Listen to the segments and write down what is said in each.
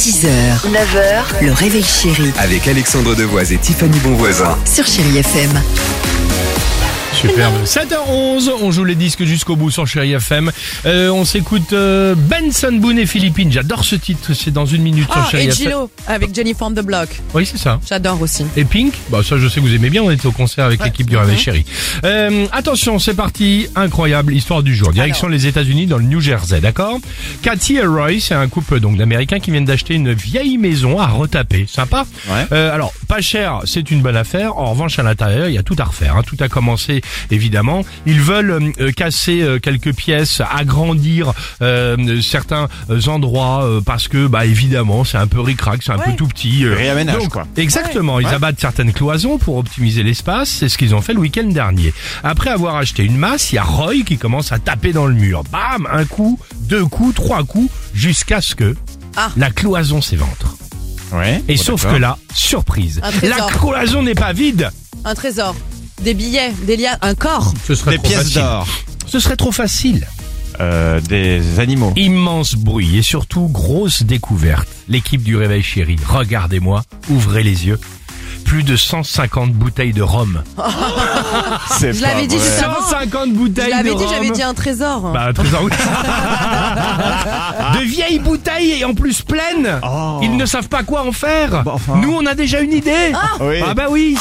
6h, 9h, le réveil chéri Avec Alexandre Devoise et Tiffany Bonvoisin. sur Chéri FM. Superbe. 7h11, on joue les disques jusqu'au bout sur Chéri FM. On s'écoute Benson Boone et Philippines. J'adore ce titre, c'est dans une minute sur Chéri et FM. Gilo avec Jennifer on the Block. Oui, c'est ça. J'adore aussi. Et Pink, bah ça je sais que vous aimez bien, on était au concert avec l'équipe du Réveil Chéri. Attention, c'est parti, incroyable histoire du jour. Direction les États-Unis dans le New Jersey, d'accord? Cathy et Roy, c'est un couple donc d'Américains qui viennent d'acheter une vieille maison à retaper. Sympa. Alors, pas cher, c'est une bonne affaire. En revanche, à l'intérieur, il y a tout à refaire. Tout a commencé, évidemment. Ils veulent casser quelques pièces, agrandir certains endroits parce que, bah évidemment, c'est un peu ric-rac, c'est un peu tout petit. Réaménage, donc, quoi. Exactement. Ils abattent certaines cloisons pour optimiser l'espace. C'est ce qu'ils ont fait le week-end dernier. Après avoir acheté une masse, il y a Roy qui commence à taper dans le mur. Bam, un coup, deux coups, trois coups, jusqu'à ce que la cloison s'éventre. Ouais. Et sauf que là, surprise, Un trésor. la cloison n'est pas vide. Un trésor, des billets, des liens, un corps. Ce serait Des trop pièces facile. d'or. Ce serait trop facile. Des animaux. Immense bruit et surtout grosse découverte. L'équipe du Réveil Chéri, regardez-moi, ouvrez les yeux. Plus de 150 bouteilles de rhum. C'est Je l'avais dit pas vrai. juste avant. 150 Je bouteilles de l'avais rhum. dit, j'avais dit un trésor. Bah, un trésor. De vieilles bouteilles et en plus pleines. Oh. Ils ne savent pas quoi en faire. Bah, enfin. Nous, on a déjà une idée. Oui. Ah bah oui.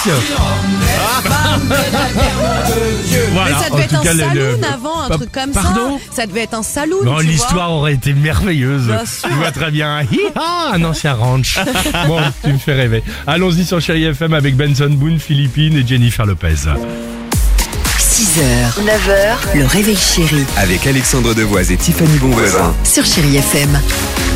Voilà, Mais ça en devait être tout un cas, saloon avant, un truc comme Pardon ça. Ça devait être un saloon. Non, tu l'histoire aurait été merveilleuse. Bien sûr. Je vois très bien. Hi-ha, un ancien ranch. Bon, tu me fais rêver. Allons-y sur Chéri FM avec Benson Boone, Philippines et Jennifer Lopez. 6h, 9h, le réveil chéri Avec Alexandre Devoise et Tiffany Bonvoisin. sur Chéri FM.